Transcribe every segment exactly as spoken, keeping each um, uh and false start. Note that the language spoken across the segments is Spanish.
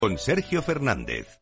Con Sergio Fernández.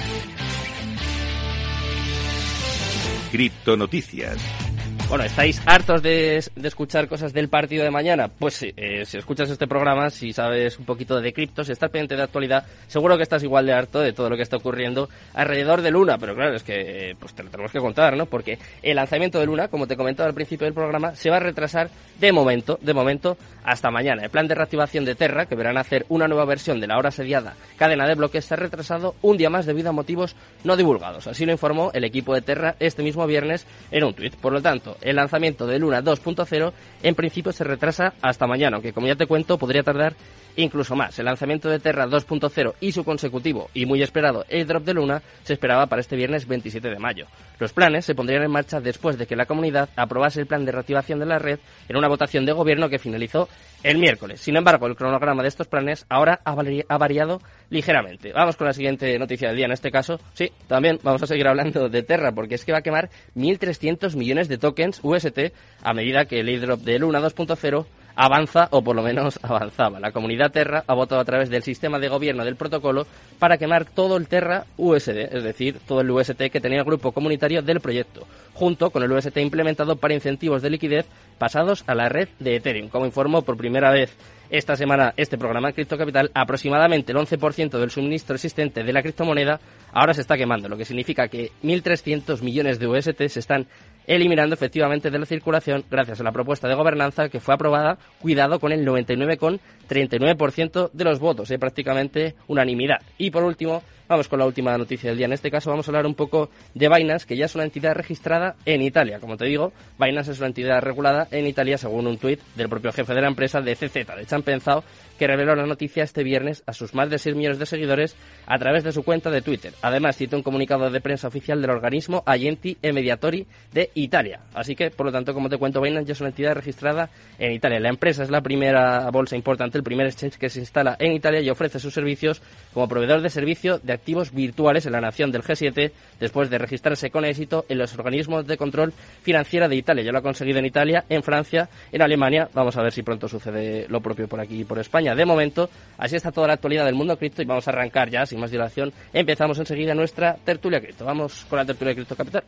Criptonoticias. Bueno, ¿estáis hartos de, de escuchar cosas del partido de mañana? Pues sí, eh, si escuchas este programa, si sabes un poquito de criptos, si estás pendiente de actualidad, seguro que estás igual de harto de todo lo que está ocurriendo alrededor de Luna. Pero claro, es que eh, pues te lo tenemos que contar, ¿no? Porque el lanzamiento de Luna, como te comentaba al principio del programa, se va a retrasar de momento, de momento, hasta mañana. El plan de reactivación de Terra, que verán hacer una nueva versión de la ahora asediada cadena de bloques, se ha retrasado un día más debido a motivos no divulgados. Así lo informó el equipo de Terra este mismo viernes en un tuit. Por lo tanto, el lanzamiento de Luna dos punto cero en principio se retrasa hasta mañana, aunque como ya te cuento podría tardar incluso más. El lanzamiento de Terra dos punto cero y su consecutivo y muy esperado airdrop de Luna se esperaba para este viernes veintisiete de mayo. Los planes se pondrían en marcha después de que la comunidad aprobase el plan de reactivación de la red en una votación de gobierno que finalizó el miércoles. Sin embargo, el cronograma de estos planes ahora ha variado ligeramente. Vamos con la siguiente noticia del día. En este caso, sí, también vamos a seguir hablando de Terra, porque es que va a quemar mil trescientos millones de tokens U S T a medida que el airdrop de Luna dos punto cero avanza, o por lo menos avanzaba. La comunidad Terra ha votado a través del sistema de gobierno del protocolo para quemar todo el Terra U S D, es decir, todo el U S T que tenía el grupo comunitario del proyecto, junto con el U S T implementado para incentivos de liquidez pasados a la red de Ethereum. Como informó por primera vez esta semana este programa Cripto Capital, aproximadamente el once por ciento del suministro existente de la criptomoneda ahora se está quemando, lo que significa que mil trescientos millones de U S T se están eliminando efectivamente de la circulación gracias a la propuesta de gobernanza que fue aprobada, cuidado, con el noventa y nueve coma treinta y nueve por ciento de los votos, ¿eh? Prácticamente unanimidad. Y por último, vamos con la última noticia del día. En este caso vamos a hablar un poco de Binance, que ya es una entidad registrada en Italia. Como te digo, Binance es una entidad regulada en Italia, según un tuit del propio jefe de la empresa, de C Z, de Champenzao, que reveló la noticia este viernes a sus más de seis millones de seguidores a través de su cuenta de Twitter. Además, citó un comunicado de prensa oficial del organismo Agenti e Mediatori de Italia. Así que, por lo tanto, como te cuento, Binance ya es una entidad registrada en Italia. La empresa es la primera bolsa importante, el primer exchange que se instala en Italia y ofrece sus servicios como proveedor de servicio de activos virtuales en la nación del G siete, después de registrarse con éxito en los organismos de control financiera de Italia. Ya lo ha conseguido en Italia, en Francia, en Alemania. Vamos a ver si pronto sucede lo propio por aquí y por España. De momento, así está toda la actualidad del mundo cripto y vamos a arrancar ya, sin más dilación. Empezamos enseguida nuestra tertulia cripto. Vamos con la tertulia de Cripto Capital.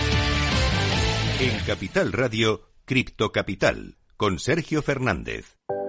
En Capital Radio, Cripto Capital, con Sergio Fernández.